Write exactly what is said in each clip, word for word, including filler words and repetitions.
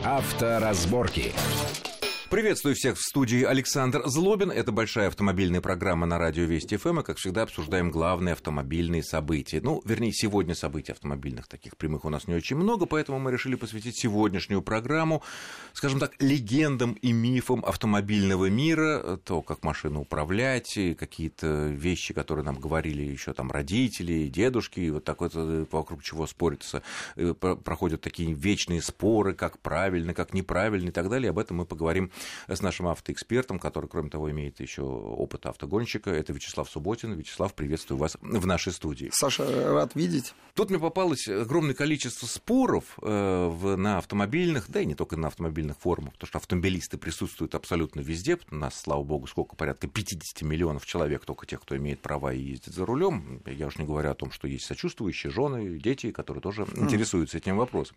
Авторазборки. Приветствую всех в студии Александр Злобин. Это большая автомобильная программа на радио Вести эф эм. И, как всегда, обсуждаем главные автомобильные события. Ну, вернее, сегодня событий автомобильных таких прямых у нас не очень много, поэтому мы решили посвятить сегодняшнюю программу, скажем так, легендам и мифам автомобильного мира. То, как машину управлять, какие-то вещи, которые нам говорили еще там родители, дедушки, и вот такое, вокруг чего спорятся, проходят такие вечные споры, как правильно, как неправильно и так далее. Об этом мы поговорим с нашим автоэкспертом, который, кроме того, имеет еще опыт автогонщика. Это Вячеслав Субботин. Вячеслав, приветствую вас в нашей студии. Саша, рад видеть. Тут мне попалось огромное количество споров э, в, на автомобильных, да и не только на автомобильных форумах, потому что автомобилисты присутствуют абсолютно везде. У нас, слава богу, сколько, порядка пятьдесят миллионов человек, только тех, кто имеет права и ездит за рулем. Я уж не говорю о том, что есть сочувствующие жены, дети, которые тоже mm. интересуются этим вопросом.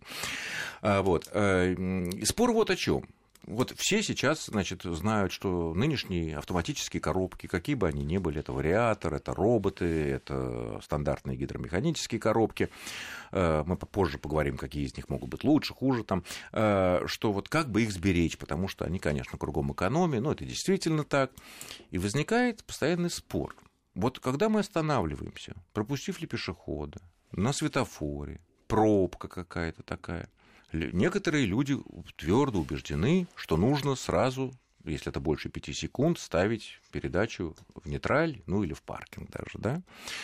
А, вот. Спор вот о чем. Вот все сейчас, значит, знают, что нынешние автоматические коробки, какие бы они ни были, это вариатор, это роботы, это стандартные гидромеханические коробки, мы попозже поговорим, какие из них могут быть лучше, хуже, там, что вот как бы их сберечь, потому что они, конечно, кругом экономии, но это действительно так, и возникает постоянный спор. Вот когда мы останавливаемся, пропустив ли пешехода, на светофоре, пробка какая-то такая, некоторые люди твердо убеждены, что нужно сразу, если это больше пяти секунд, ставить передачу в нейтраль, ну или в паркинг даже, да.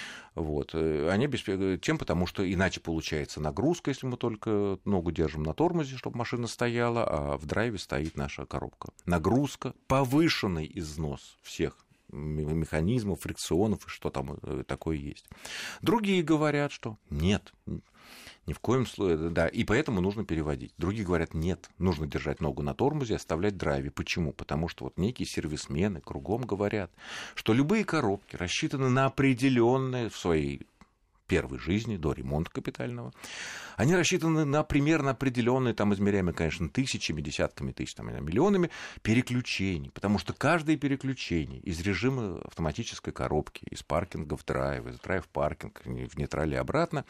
Вот. Они обеспечивают тем, потому что иначе получается нагрузка, если мы только ногу держим на тормозе, чтобы машина стояла, а в драйве стоит наша коробка. Нагрузка, повышенный износ всех механизмов, фрикционов и что там такое есть. Другие говорят, что нет, ни в коем случае, да, и поэтому нужно переводить. Другие говорят, нет, нужно держать ногу на тормозе и оставлять в драйве. Почему? Потому что вот некие сервисмены кругом говорят, что любые коробки рассчитаны на определенное в своей первой жизни, до ремонта капитального, они рассчитаны на примерно определенные, там измеряемые, конечно, тысячами, десятками тысяч, там, миллионами переключений, потому что каждое переключение из режима автоматической коробки, из паркинга в драйв, из драйв в паркинг, в нейтрале обратно,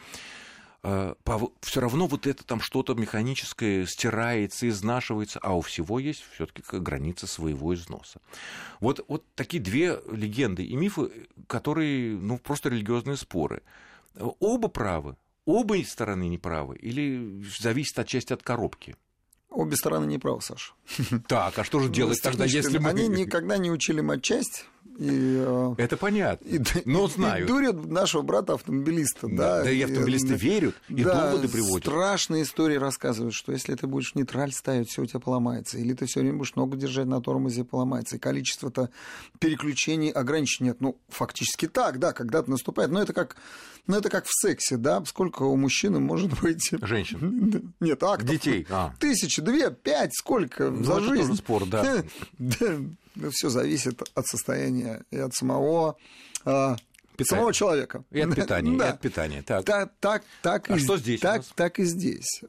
все равно вот это там что-то механическое стирается, изнашивается, а у всего есть все-таки граница своего износа. Вот, вот такие две легенды и мифы, которые, ну, просто религиозные споры. Оба правы, оба стороны не правы, или зависит отчасти от коробки? Обе стороны не правы, Саша. Так, а что же делать ну, тогда, если мы... Они никогда не учили матчасть. И, это понятно, и, но знают. И дурят нашего брата-автомобилиста. Да, да, да, и автомобилисты и, верят, и да, доводы приводят. Страшные истории рассказывают, что если ты будешь нейтраль ставить, все у тебя поломается. Или ты все время будешь ногу держать на тормозе, поломается. И количество-то переключений ограничено нет. Ну, фактически так, да, когда-то наступает. Но это как, ну, это как в сексе, да, сколько у мужчины может быть... Женщин. Нет, актов. Детей. А. Тысячи, две, пять, сколько ну, за это жизнь. Тоже спор, да. Все зависит от состояния и от самого, а, самого человека. И от питания, да. и от питания. Так, так, так, так а и, что здесь? Так, так и здесь.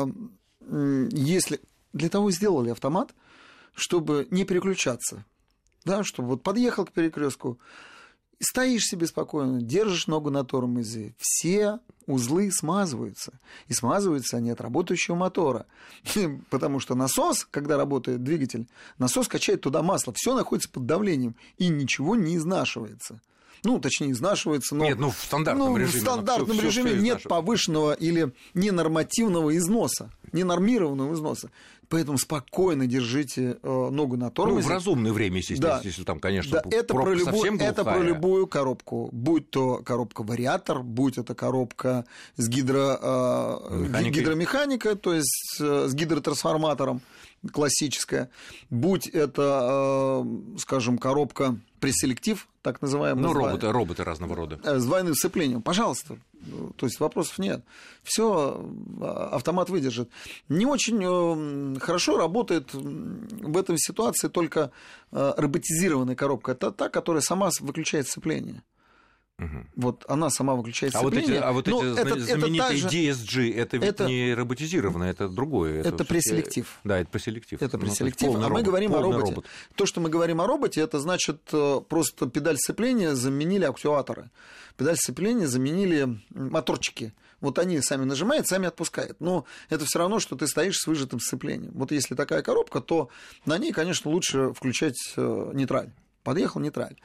Если для того сделали автомат, чтобы не переключаться, да, чтобы вот подъехал к перекрестку, стоишь себе спокойно, держишь ногу на тормозе, все узлы смазываются. И смазываются они от работающего мотора. Потому что насос, когда работает двигатель, насос качает туда масло, все находится под давлением и ничего не изнашивается. Ну, точнее, изнашивается, но... Нет, ну, в стандартном ну, режиме. В стандартном всё, режиме всё, всё нет повышенного или ненормативного износа, ненормированного износа. Поэтому спокойно держите э, ногу на тормозе. Ну, в разумное время, естественно, да. если там, конечно, да, это про, любую, это про любую коробку. Будь то коробка-вариатор, будь это коробка с гидро, э, гидромеханикой, то есть э, с гидротрансформатором, классическая. Будь это, э, скажем, коробка преселектив, так называемый. Ну, роботы, роботы разного рода. С двойным сцеплением. Пожалуйста. То есть вопросов нет. Все автомат выдержит. Не очень хорошо работает в этой ситуации только роботизированная коробка. Это та, которая сама выключает сцепление. Угу. Вот она сама выключает а сцепление. А вот эти, а вот эти это, знаменитые это ди эс джи, это ведь это, не роботизированное, это другое. Это, это преселектив. Да, это преселектив. Это ну, преселектив, а робот, мы говорим о роботе. Робот. То, что мы говорим о роботе, это значит просто педаль сцепления заменили актуаторы. Педаль сцепления заменили моторчики. Вот они сами нажимают, сами отпускают. Но это все равно, что ты стоишь с выжатым сцеплением. Вот если такая коробка, то на ней, конечно, лучше включать э, нейтраль. Подъехал нейтраль.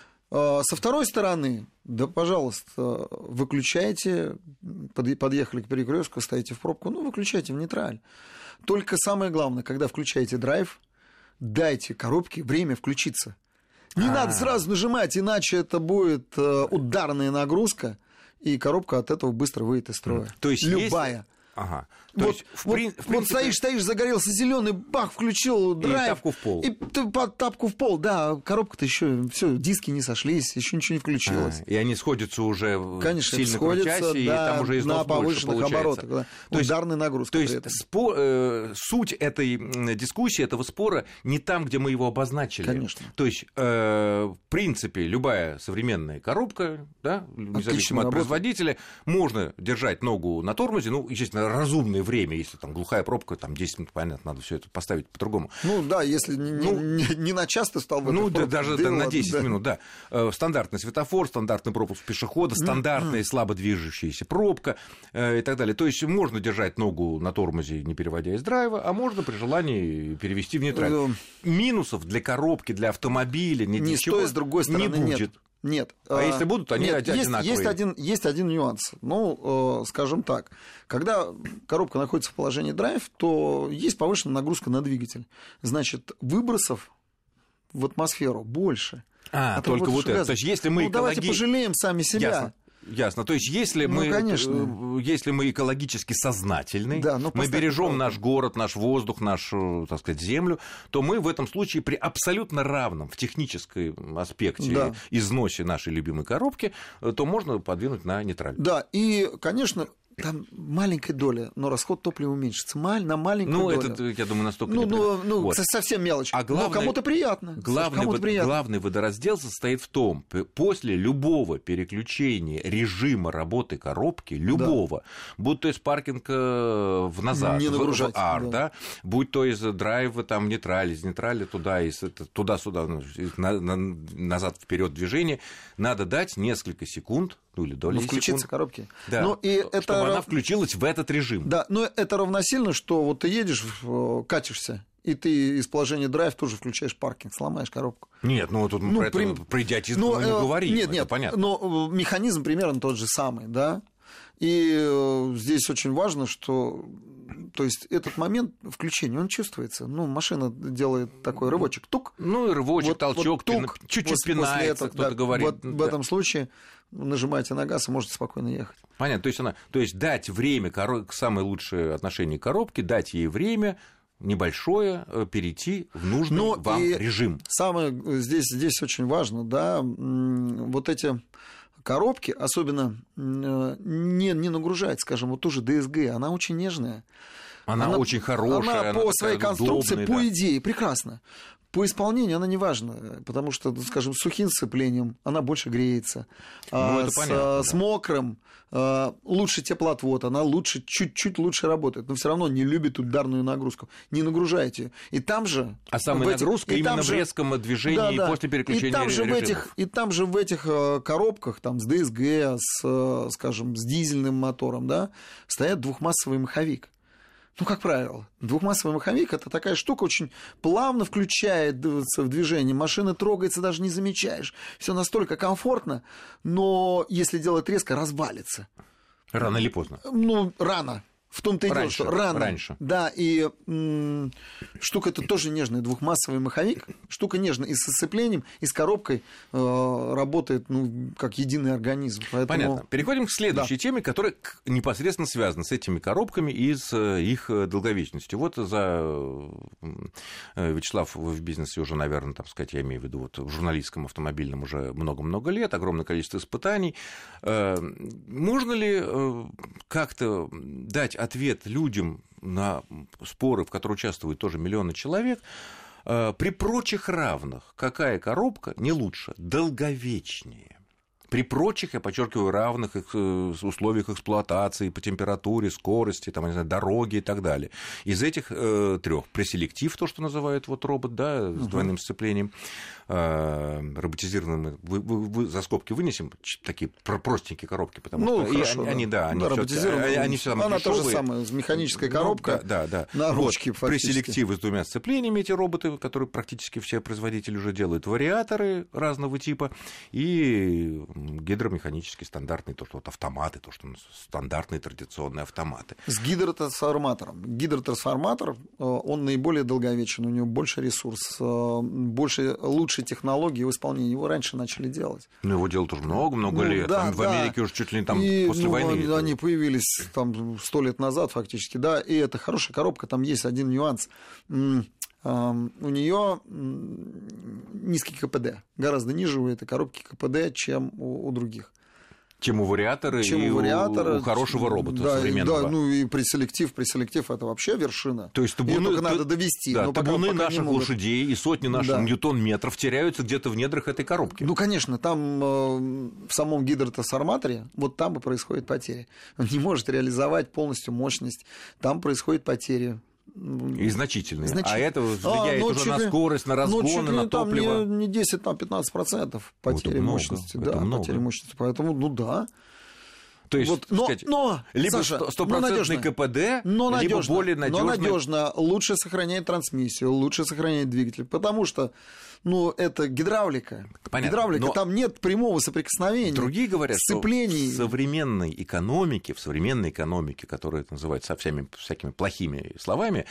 Э, со второй стороны, да, пожалуйста, выключайте, под, подъехали к перекрестку, стоите в пробку, ну, выключайте в нейтраль. Только самое главное, когда включаете драйв, дайте коробке время включиться. Не А-а-а. надо сразу нажимать, иначе это будет э, ударная нагрузка, и коробка от этого быстро выйдет из строя. То есть любая. Есть... Ага. То вот, есть, в вот, при... в принципе... вот стоишь, стоишь, загорелся зеленый, бах, включил драйв. И тапку в пол. И ты под тапку в пол, да, коробка-то еще, все, диски не сошлись, еще ничего не включилось. А, и они сходятся уже Конечно, сильно сходятся, крутясь, да, и там уже износ на повышенных больше оборотах. Да. То Ударная нагрузка. То есть спор, э, суть этой дискуссии, этого спора не там, где мы его обозначили. Конечно. То есть, э, в принципе, любая современная коробка, да, независимо от производителя, можно держать ногу на тормозе, ну, естественно, разумное время. Если там глухая пробка, там десять минут, понятно, надо все это поставить по-другому. Ну да, если ну, не, не на час ты стал в Ну, да, даже да, на десять да. минут, да. Стандартный светофор, стандартный пропуск пешехода, стандартная слабо движущаяся пробка э, и так далее. То есть можно держать ногу на тормозе, не переводя из драйва, а можно при желании перевести в нейтраль. Минусов для коробки, для автомобиля, ни ни с той, с другой стороны не будет. Нет. Нет. А, а если будут, они нет, одинаковые. Есть, есть, один, есть один нюанс. Ну, э, скажем так, когда коробка находится в положении драйв, то есть повышенная нагрузка на двигатель. Значит, выбросов в атмосферу больше. А, только вот это. То есть, если мы ну, экологи... давайте пожалеем сами себя. Ясно. Ясно. То есть, если, ну, мы, если мы экологически сознательны, да, ну, мы бережем наш город, наш воздух, нашу, так сказать, землю, то мы в этом случае при абсолютно равном в техническом аспекте да. износе нашей любимой коробки, то можно подвинуть на нейтраль. Да, и, конечно, там маленькая доля, но расход топлива уменьшится. Маль, на маленькую ну, долю. это, я думаю, настолько ну, не ну, ну, вот. совсем мелочь. А главное, но кому-то приятно. Главный, кому-то вод, приятно. главный водораздел состоит в том, после любого переключения режима работы коробки, любого, да. будь то из паркинга в назад, не в, в ар, да. да, будь то из драйва там, в нейтраль, из нейтрали туда, из, туда-сюда, на, на, назад, вперед движение, надо дать несколько секунд, ну или доли ну, включиться секунд, коробки. да, ну, и чтобы это... она включилась в этот режим. Да, но это равносильно, что вот ты едешь, катишься, и ты из положения драйв тоже включаешь паркинг, сломаешь коробку. Нет, ну тут мы ну, про при... это, про идиотизм ну, не говорим, нет, это нет, понятно. Но механизм примерно тот же самый, да. И здесь очень важно, что то есть этот момент включения, он чувствуется. Ну, машина делает такой рывочек, тук. Ну, и рывочек, вот, толчок, вот, тук, чуть-чуть пинается, кто-то да, говорит. Вот, да. В этом случае нажимаете на газ и можете спокойно ехать. Понятно, то есть, она, то есть дать время, самое лучшее отношение к коробке, дать ей время небольшое перейти в нужный ну, вам режим. Самое здесь, здесь очень важно, да, вот эти... коробки, особенно не, не нагружать, скажем, вот ту же ди эс джи, она очень нежная. Она, она очень хорошая. Она, она по своей конструкции, удобная, по да. идее, прекрасна. По исполнению она не важна, потому что, скажем, с сухим сцеплением она больше греется. Ну, а это с, понятно, с да. мокрым лучше теплоотвод, она лучше, чуть-чуть лучше работает, но все равно не любит ударную нагрузку. Не нагружайте. И там же... А самая этих, нагрузка именно в же, резком движении да, да. после переключения и там же режимов. в этих, И там же в этих коробках, там, с ди эс джи, с, скажем, с дизельным мотором, да, стоят двухмассовый маховик. Ну, как правило, двухмассовый маховик – это такая штука, очень плавно включается в движение, машина трогается, даже не замечаешь. Все настолько комфортно, но если делать резко, развалится. Рано или поздно? Ну, рано. В том-то и дело, что рано. Раньше. Да, и м- штука это тоже нежная, двухмассовый маховик. Штука нежная. И с сцеплением, и с коробкой э, работает, ну, как единый организм. Поэтому... Понятно. Переходим к следующей да. теме, которая непосредственно связана с этими коробками и с их долговечностью. Вот за Вячеслав в бизнесе уже, наверное, там сказать, я имею в виду, вот в журналистском автомобильном уже много-много лет, огромное количество испытаний. Можно ли как-то дать ответ людям на споры, в которых участвуют тоже миллионы человек, при прочих равных, какая коробка не лучше, долговечнее? при прочих, я подчеркиваю, равных их условиях эксплуатации по температуре, скорости, там, не знаю, дороги и так далее. Из этих э, трех преселектив, то, что называют вот робот, да, с двойным сцеплением, э, роботизированным, вы, вы, вы за скобки вынесем такие простенькие коробки, потому ну, что хорошо, и, да. они, да, они, да, роботизированные, они все самое она дешёвые. то же самое, механическая коробка, ну, да, да, да. на ручке вот, фактически. Преселективы с двумя сцеплениями, эти роботы, которые практически все производители уже делают, вариаторы разного типа и гидромеханические стандартные, то, что вот автоматы, то, что стандартные традиционные автоматы. С гидротрансформатором. Гидротрансформатор, он наиболее долговечен, у него больше ресурс, больше, лучше технологии в исполнении. Его раньше начали делать. Ну, его делают уже много-много ну, лет. Да, там, да. В Америке уже чуть ли не там и, после ну, войны. Они, они появились там сто лет назад фактически, да, и это хорошая коробка, там есть один нюанс. У нее низкий КПД, гораздо ниже у этой коробки КПД, чем у, у других. Чем у вариатора чем и у, вариатора, у, у хорошего робота да, современного. Да, ну и преселектив, преселектив это вообще вершина. То есть табуны, Её только та, надо довести. Да, но пока, табуны пока наших лошадей и сотни наших да. ньютон-метров теряются где-то в недрах этой коробки. Ну, конечно, там э, в самом гидротрансформаторе, вот там и происходит потеря. Он не может реализовать полностью мощность, там происходит потери. И значительные. значительные. А это влияет а, ну, уже на ли, скорость, на разгоны, ну, на топливо. Не, не десять, там пятнадцать процентов потери много, мощности. это Да, много. потери мощности. Поэтому, ну да. То есть, вот, но, сказать, но, либо Саша, стопроцентный КПД, но либо надежно, более надежный. Но надежно, лучше сохраняет трансмиссию, лучше сохраняет двигатель, потому что, ну, это гидравлика. Понятно, гидравлика, но там нет прямого соприкосновения. Другие говорят, сцеплений. что в современной экономике, в современной экономике, которая это называют со всеми, всякими плохими словами,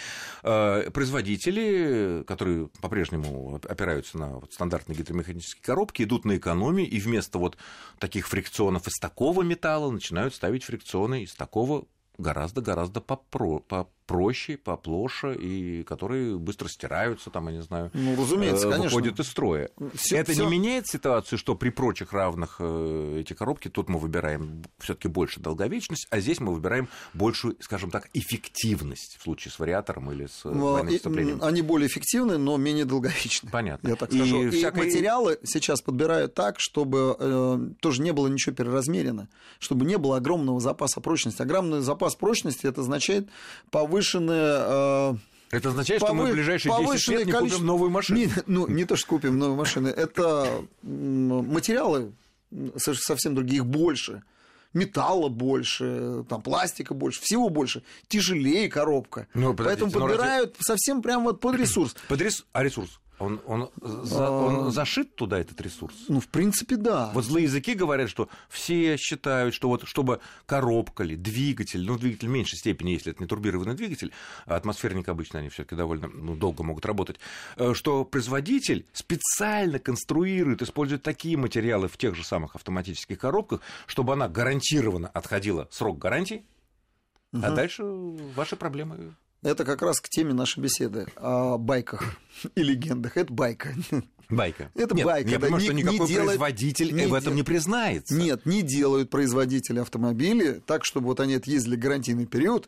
производители, которые по-прежнему опираются на вот стандартные гидромеханические коробки, идут на экономию и вместо вот таких фрикционов из такого металла начинают ставить фрикционы из такого гораздо-гораздо попро- попроще, поплоше, и которые быстро стираются, там, я не знаю, ну, разумеется, э, конечно. выходят из строя. Всё, Это всё... не меняет ситуацию, что при прочих равных э, эти коробки, тут мы выбираем все-таки больше долговечность, а здесь мы выбираем большую, скажем так, эффективность в случае с вариатором или с двойным сцеплением. Они более эффективны, но менее долговечны. Понятно. Я так скажу. И, и всякой... материалы сейчас подбирают так, чтобы э, тоже не было ничего переразмерено, чтобы не было огромного запаса прочности. Огромный запас прочности это означает повышенное. Э, Это означает, что мы в ближайшие десять лет не количество... купим новую машину. Не, ну, не то, что купим новую машину. Это материалы совсем другие, их больше. Металла больше, там, пластика больше, всего больше. Тяжелее коробка. Ну, поэтому подбирают разве... совсем прямо вот под ресурс. Под ресурс? А ресурс? Он, он, за, он зашит туда, этот ресурс? Ну, в принципе, да. Вот злые языки говорят, что все считают, что вот чтобы коробка или двигатель, ну, двигатель в меньшей степени, если это не турбированный двигатель, а атмосферник обычно, они все-таки довольно ну, долго могут работать, что производитель специально конструирует, использует такие материалы в тех же самых автоматических коробках, чтобы она гарантированно отходила срок гарантии, угу. А дальше ваши проблемы... Это как раз к теме нашей беседы о байках и легендах. Это байка. Байка. Это Нет, байка. Я да, понимаю, не, что никакой не делает, производитель не в этом дел... не признается. Нет, не делают производители автомобилей так, чтобы вот они отъездили гарантийный период.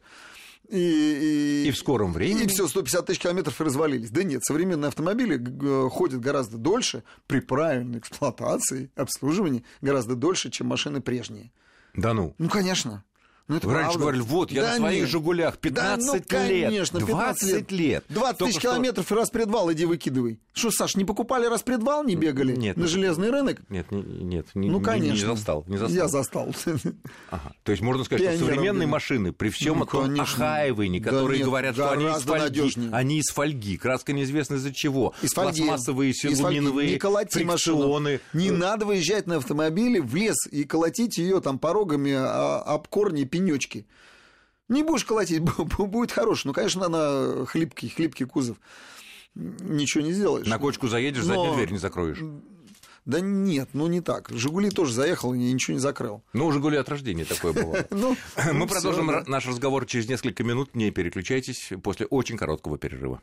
И, и, и в скором времени. И все, сто пятьдесят тысяч километров и развалились. Да нет, современные автомобили ходят гораздо дольше при правильной эксплуатации, обслуживании гораздо дольше, чем машины прежние. Да ну? Ну, конечно. Ну, Вы раньше говорили, вот, я да на своих нет. «Жигулях» пятнадцать да, ну, лет, конечно, двадцать лет. двадцать тысяч что... километров и распредвал иди выкидывай. Что, Саш, не покупали распредвал, не бегали нет, на нет, железный рынок? Нет, не, нет, не, ну, конечно. не, не застал. Не застал. Я застал. Ага. То есть можно сказать, Пионером, что современные да. машины, при всем ну, этом охаивании, которые да нет, говорят, что они из фольги, надежнее. они из фольги, краска неизвестно из-за чего, из фольги. пластмассовые, алюминиевые фрикционы. Не надо выезжать на автомобиле в лес и колотить ее там порогами об корни пенечки. Не будешь колотить, будет хороший. Ну, конечно, она хлипкий, хлипкий кузов. Ничего не сделаешь. На кочку заедешь, Но... заднюю дверь не закроешь. Да нет, ну не так. «Жигули» тоже заехал и ничего не закрыл. Ну, у «Жигули» от рождения такое бывало. Мы продолжим наш разговор через несколько минут. Не переключайтесь после очень короткого перерыва.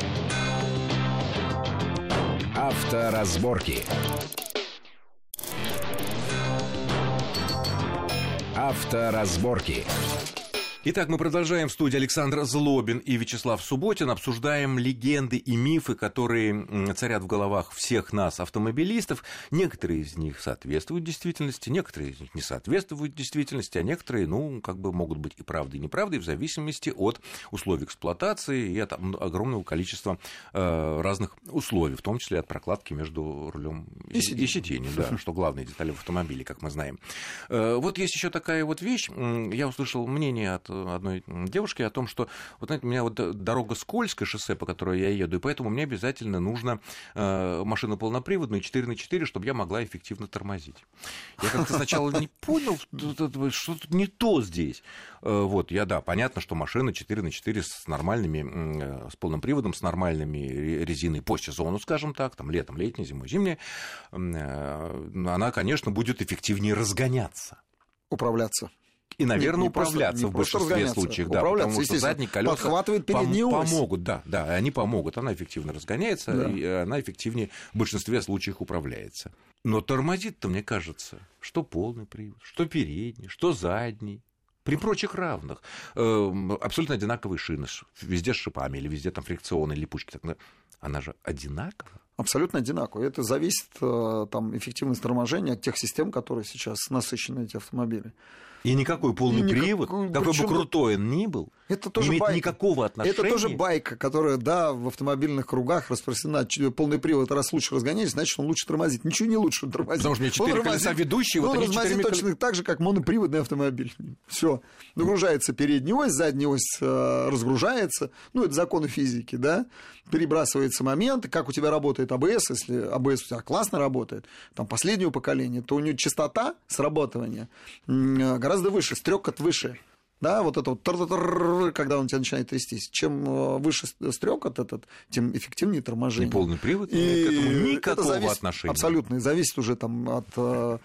Авторазборки. Авторазборки. Итак, мы продолжаем. В студии Александр Злобин и Вячеслав Субботин. Обсуждаем легенды и мифы, которые царят в головах всех нас, автомобилистов. Некоторые из них соответствуют действительности, некоторые из них не соответствуют действительности, а некоторые, ну, как бы могут быть и правдой, и неправдой, в зависимости от условий эксплуатации и от огромного количества э, разных условий, в том числе от прокладки между рулем и, и сиденьем, да, что главная деталь в автомобиле, как мы знаем. Э, вот есть еще такая вот вещь. Я услышал мнение от одной девушки о том, что, вот знаете, у меня вот дорога скользкая, шоссе, по которой я еду, и поэтому мне обязательно нужно э, машину полноприводную четыре на четыре, чтобы я могла эффективно тормозить. Я как-то сначала не понял, что тут не то здесь. Э, вот, я, да, понятно, что машина четыре на четыре с нормальными, э, с полным приводом, с нормальными резиной по сезону, скажем так, там летом, летней, зимой, зимней, э, она, конечно, будет эффективнее разгоняться. Управляться. И, наверное, не, не управляться просто, в большинстве случаев, да, потому что задние колеса подхватывает переднюю пом- ось. помогут, да, да, они помогут, она эффективно разгоняется, да. И она эффективнее в большинстве случаев управляется. Но тормозит-то, мне кажется, что полный привод, что передний, что задний. При прочих равных. Абсолютно одинаковые шины, везде с шипами, или везде там фрикционные липучки. Она же одинакова. Абсолютно одинаково. Это зависит, там, эффективность торможения от тех систем, которые сейчас насыщены эти автомобили. И никакой полный и привод, никак... какой бы крутой он ни был, это тоже не имеет байка. никакого отношения. Это тоже байка, которая, да, в автомобильных кругах распространена. Полный привод, раз лучше разгоняется, значит, он лучше тормозит. Ничего не лучше тормозит. Потому что у меня четыре он колеса ведущие, вот он они четыре точно колес... так же, как моноприводный автомобиль. Все. Нагружается передняя ось, задняя ось э, разгружается. Ну, это законы физики, да. Перебрасывается момент, как у тебя работает АБС. Если АБС у тебя классно работает, там, последнего поколения, то у него частота срабатывания гораздо выше, стрекот выше. Да, вот это вот, когда он тебя начинает трястись. Чем выше стрекот этот, тем эффективнее торможение. И полный привод и к этому никакого это зависит, отношения. Абсолютно. Зависит уже там, от э,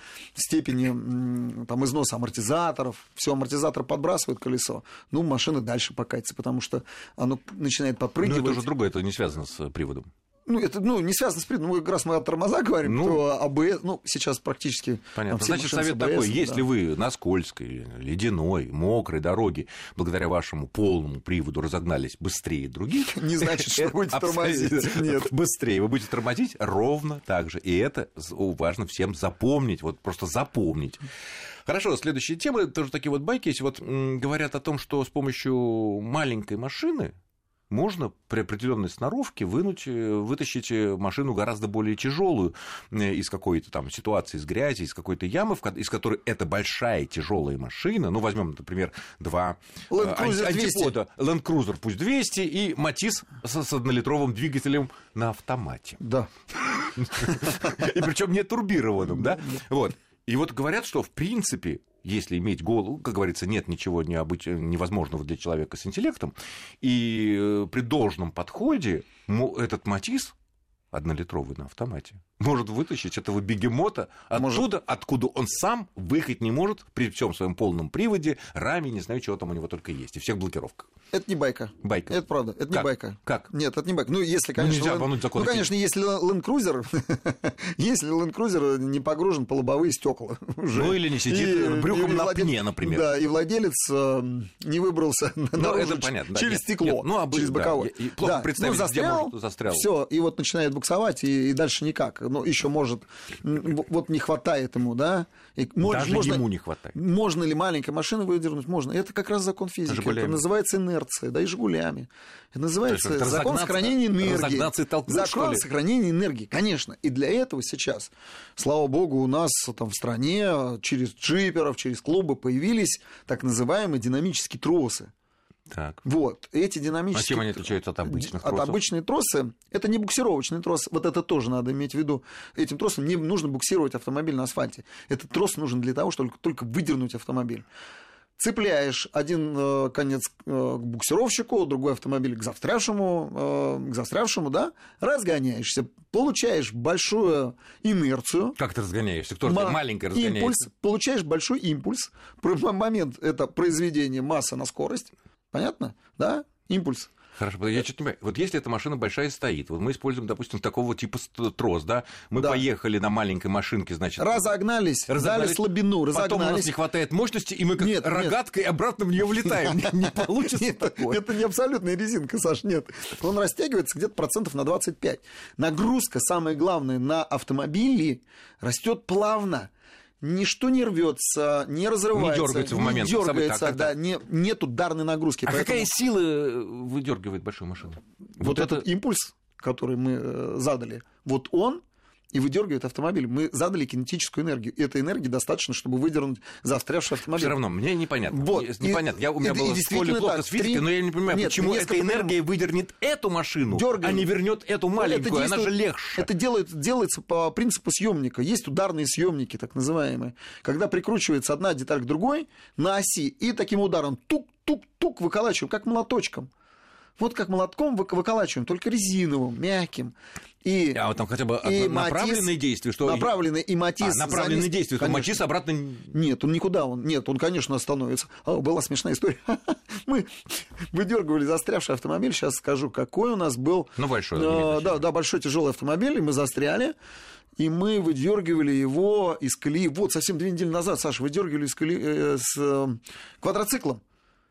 степени там, износа амортизаторов. Все, амортизатор подбрасывает колесо, ну, машина дальше покатится, потому что оно начинает подпрыгивать. Ну, это уже другое, это не связано с приводом. Ну, это ну, не связано с приводом. Ну, как раз мы о тормозах говорим, ну, то АБС, ну, сейчас практически... Понятно. Значит, совет такой, да. Если вы на скользкой, ледяной, мокрой дороге, благодаря вашему полному приводу разогнались быстрее других... Не значит, что будете тормозить. Нет. Быстрее. Вы будете тормозить ровно так же. И это важно всем запомнить, вот просто запомнить. Хорошо, следующая тема, тоже такие вот байки есть. Вот говорят о том, что с помощью маленькой машины можно при определенной сноровке вынуть, вытащить машину гораздо более тяжелую из какой-то там ситуации, из грязи, из какой-то ямы, из которой эта большая тяжелая машина, ну, возьмем, например, два антипода, Land Cruiser, пусть двести, и Матис с однолитровым двигателем на автомате. Да. И причем не турбированным, да? Вот. И вот говорят, что в принципе, если иметь голову, как говорится, нет ничего необыч... невозможного для человека с интеллектом, и при должном подходе этот Матис, однолитровый на автомате, может вытащить этого бегемота оттуда, может... откуда он сам выехать не может при всем своем полном приводе, раме, не знаю, чего там у него только есть, и всех блокировках. Это не байка. Байка. Это правда, это как? не байка. Как? Нет, это не байка. Ну, если, конечно... Ну, нельзя обмануть закон. Ну, конечно, если Land Cruiser, если Land Cruiser не погружен по лобовые стекла уже. Ну, или не сидит и, брюхом и на владелец, пне, например. Да, и владелец э, не выбрался ну, наружу это понятно, через да, стекло, нет, ну, через боковое. Да, и плохо да, представить, ну, застрял, где может застрял. Все, и вот начинает буксовать, и, и дальше никак. Ну, еще может, вот не хватает ему, да. И Даже можно, ему не хватает. Можно ли маленькой машину выдернуть? Можно. Это как раз закон физики. Жигулями. Это называется инерция, да, и Жигулями. Это называется это закон сохранения энергии. Толкнуть, закон сохранения энергии, конечно. И для этого сейчас, слава богу, у нас там в стране через джиперов, через клубы появились так называемые динамические тросы. Так. Вот, эти динамические... А чем они отличаются от обычных тросов? От обычных тросы, это не буксировочный трос, вот это тоже надо иметь в виду. Этим тросом не нужно буксировать автомобиль на асфальте. Этот трос нужен для того, чтобы только выдернуть автомобиль. Цепляешь один э, конец э, к буксировщику, другой автомобиль к застрявшему, э, к застрявшему, да, разгоняешься, получаешь большую инерцию. Как ты разгоняешься? Кто ма- маленький разгоняется? Импульс, получаешь большой импульс. Момент это произведение массы на скорость. Понятно? Да? Импульс. Хорошо, я что-то не понимаю. Вот если эта машина большая стоит, вот мы используем, допустим, такого типа трос, да, мы да. поехали на маленькой машинке, значит... Разогнались, разогнались, дали слабину, разогнались. Потом у нас не хватает мощности, и мы как нет, рогаткой нет. обратно в нее влетаем. Не получится такое. Это не абсолютная резинка, Саш, нет. Он растягивается где-то процентов на двадцать пять. Нагрузка, самое главное, на автомобиле растет плавно. Ничто не рвется, не разрывается, не дергается в момент. Не дергается, так, так, да, так. Не, нет ударной нагрузки. А поэтому... какая сила выдергивает большую машину? Вот, вот этот это... импульс, который мы задали, вот он и выдергивает автомобиль. Мы задали кинетическую энергию. И этой энергии достаточно, чтобы выдернуть застрявший автомобиль. Все равно, мне непонятно. Вот. Непонятно. Я, у меня и, было в школе плохо так, с физикой, три... но я не понимаю, Нет, почему эта энергия выдернет эту машину, Дергаем. а не вернет эту маленькую. Это она же легче. Это делает, делается по принципу съемника. Есть ударные съемники, так называемые. Когда прикручивается одна деталь к другой на оси, и таким ударом тук-тук-тук выколачиваем, как молоточком. Вот как молотком выколачиваем, только резиновым, мягким. И, а вот там хотя бы направленные Матис, действия, что... Направленные, и Матис... А, направленные замес... действия, что Матис обратно... Нет, он никуда, он... Нет, он, конечно, остановится. О, была смешная история. Мы выдергивали застрявший автомобиль, сейчас скажу, какой у нас был... Ну, большой. А, да, да, большой тяжелый автомобиль, и мы застряли, и мы выдергивали его из колеи. Вот, совсем две недели назад, Саша, выдергивали из колеи э, с э, квадроциклом.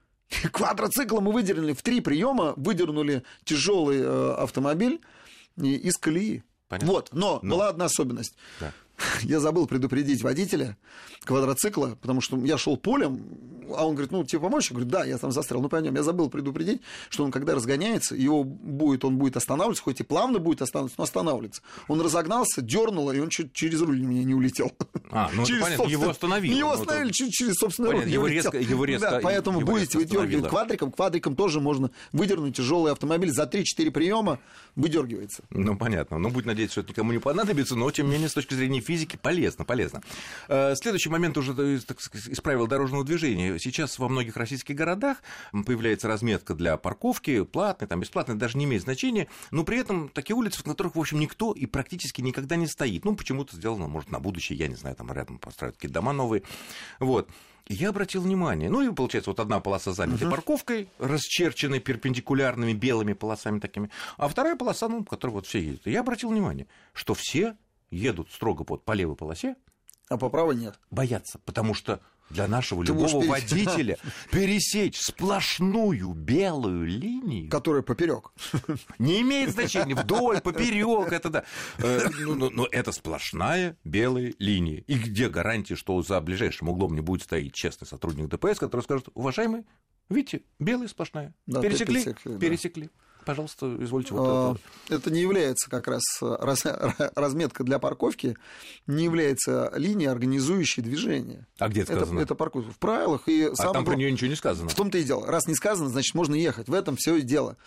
Квадроцикл мы выдернули в три приема, выдернули тяжелый э, автомобиль из колеи. Понятно. Вот, но, но была одна особенность. Да. Я забыл предупредить водителя квадроцикла, потому что я шел полем, а он говорит, ну, тебе помочь? Я говорю, да, я там застрял, ну, пойдем. Я забыл предупредить, что он, когда разгоняется, его будет, он будет останавливаться, хоть и плавно будет останавливаться, но останавливается. Он разогнался, дернуло, и он чуть через руль меня не улетел. А, ну, через понятно, его остановили. Его остановили, чуть через собственный руль. Его резко, его резко, да, поэтому его будете выдергивать да. квадриком, квадриком тоже можно выдернуть тяжелый автомобиль. За три-четыре приема выдергивается. Ну, понятно. Ну, будь надеяться, что это никому не понадобится, но, тем не менее, с точки зрения физики, полезно, полезно. Следующий момент уже, так сказать, из правил дорожного движения. Сейчас во многих российских городах появляется разметка для парковки, платная, там, бесплатная, даже не имеет значения, но при этом такие улицы, в которых, в общем, никто и практически никогда не стоит. Ну, почему-то сделано, может, на будущее, я не знаю, там рядом построят какие-то дома новые. Вот. И я обратил внимание, ну, и получается, вот одна полоса занята uh-huh. парковкой, расчерченной перпендикулярными белыми полосами такими, а вторая полоса, ну, по которой вот все ездят. И я обратил внимание, что все едут строго под, по левой полосе, а по правой нет. Боятся, потому что для нашего Ты любого водителя пересечь сплошную белую линию, которая поперек, не имеет значения, вдоль, поперек, это да. Но, но, но это сплошная белая линия. И где гарантия, что за ближайшим углом не будет стоять честный сотрудник ДПС, который скажет: уважаемый, видите, белая сплошная. Да, пересекли? Пересекли. пересекли. Да. Пожалуйста, извольте вот это. Это не является как раз раз, разметка для парковки, не является линией, организующей движение. А где это сказано? Это, это парковка в правилах. И а сам там про нее ничего не сказано. В том-то и дело. Раз не сказано, значит, можно ехать. В этом все и дело.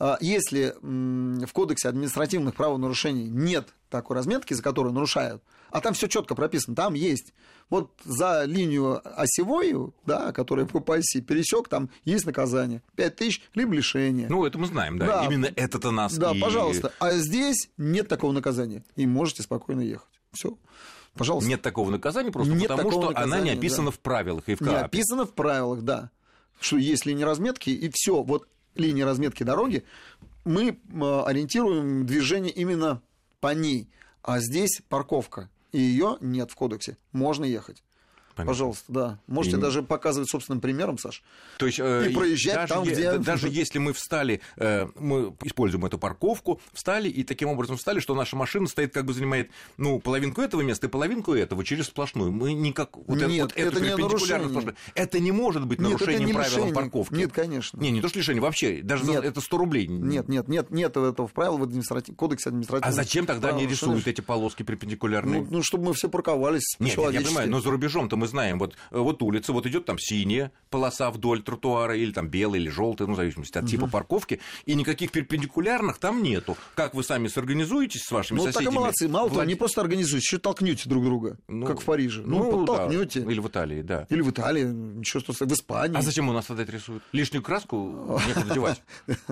Если в Кодексе административных правонарушений нет такой разметки, за которую нарушают, а там все четко прописано, там есть. Вот за линию осевую, да, которая по оси пересек, там есть наказание. пять тысяч, либо лишение. Ну, это мы знаем, да. да. Именно это-то нас Да, и... пожалуйста. А здесь нет такого наказания. И можете спокойно ехать. Все. Пожалуйста. Нет такого наказания, просто нет потому, что она не описана да. в правилах и в КААПе. Не описана в правилах, да. Что есть линия разметки, и все. Вот линия разметки дороги, мы ориентируем движение именно по ней. А здесь парковка. И ее нет в кодексе. Можно ехать. Понятно. Пожалуйста, да. Можете и... даже показывать собственным примером, Саш. То есть, э, и проезжать даже там, е- где... Даже если мы встали, э, мы используем эту парковку, встали и таким образом встали, что наша машина стоит, как бы занимает, ну, половинку этого места и половинку этого через сплошную. Мы никак... Вот Нет, это, вот это не нарушение. Это не может быть нет, нарушением не правил лишение. парковки. Нет, конечно. Не, не то, что лишение, вообще. Даже нет. это сто рублей. Нет, нет, нет, нет этого в правил в административ... кодексе административного. А зачем тогда они рисуют эти полоски перпендикулярные? Ну, ну, чтобы мы все парковались по-человечески. Нет, я понимаю, но за рубежом-то мы знаем, вот вот улица, вот идет там синяя полоса вдоль тротуара, или там белая, или желтая, ну, в зависимости от типа uh-huh. парковки, и никаких перпендикулярных там нету. Как вы сами сорганизуетесь с вашими ну, соседями? Ну, так и молодцы. Мало Влад... того, не просто организуете, еще толкнете друг друга, ну, как в Париже. Ну, ну подтолкнете. Да. Или в Италии, да. Или в Италии, ничего, что в Испании. А зачем у нас тогда это рисуют? Лишнюю краску некуда девать.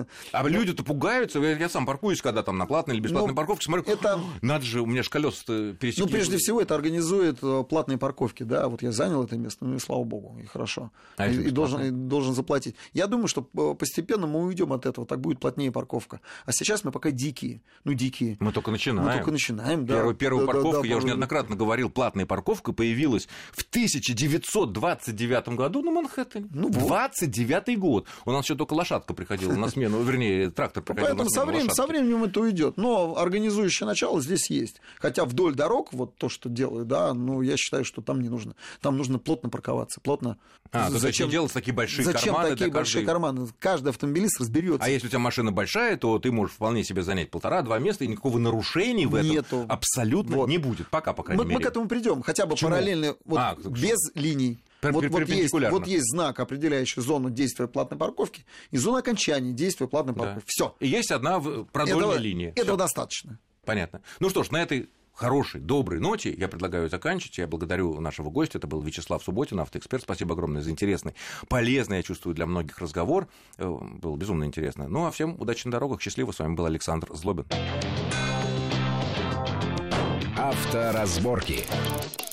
А люди-то пугаются. Я сам паркуюсь, когда там на платной или бесплатной парковке, смотрю, надо же, у меня же колеса пересекли. Ну, прежде всего, это организует платные парковки, да, вот я я занял это место, ну и слава богу, и хорошо. А и, и, должен, и должен заплатить. Я думаю, что постепенно мы уйдем от этого, так будет плотнее парковка. А сейчас мы пока дикие. Ну, дикие. Мы только начинаем. Мы только начинаем, да. Первая, первая да, парковка, да, да, я да, уже неоднократно говорил, платная парковка появилась в тысяча девятьсот двадцать девятом году на Манхэттене. Ну, двадцать девятый год. У нас еще только лошадка приходила на смену, вернее, трактор приходил Поэтому на смену со временем, лошадки. со временем это уйдет. Но организующее начало здесь есть. Хотя вдоль дорог, вот то, что делают, да, ну, я считаю, что там не нужно. Там нужно плотно парковаться, плотно. А, то зачем делать такие большие зачем карманы? такие для большие каждой... карманы? Каждый автомобилист разберется. А если у тебя машина большая, то ты можешь вполне себе занять полтора-два места, и никакого нарушения в этом Нету. абсолютно Вот. не будет. Пока, по крайней мы, мере. мы к этому придем, хотя бы Почему? параллельно, вот, А, без линий. Пер- Вот, пер- вот, есть, перпендикулярно. вот есть знак, определяющий зону действия платной парковки, и зона окончания действия платной Да. парковки. Все. И есть одна в- продольная Этого, линия. этого Всё. достаточно. Понятно. Ну что ж, на этой хорошей, доброй ноте я предлагаю заканчивать. Я благодарю нашего гостя. Это был Вячеслав Субботин, автоэксперт. Спасибо огромное за интересный, полезный, я чувствую, для многих разговор. Было безумно интересно. Ну а всем удачи на дорогах. Счастливо. С вами был Александр Злобин. Авторазборки.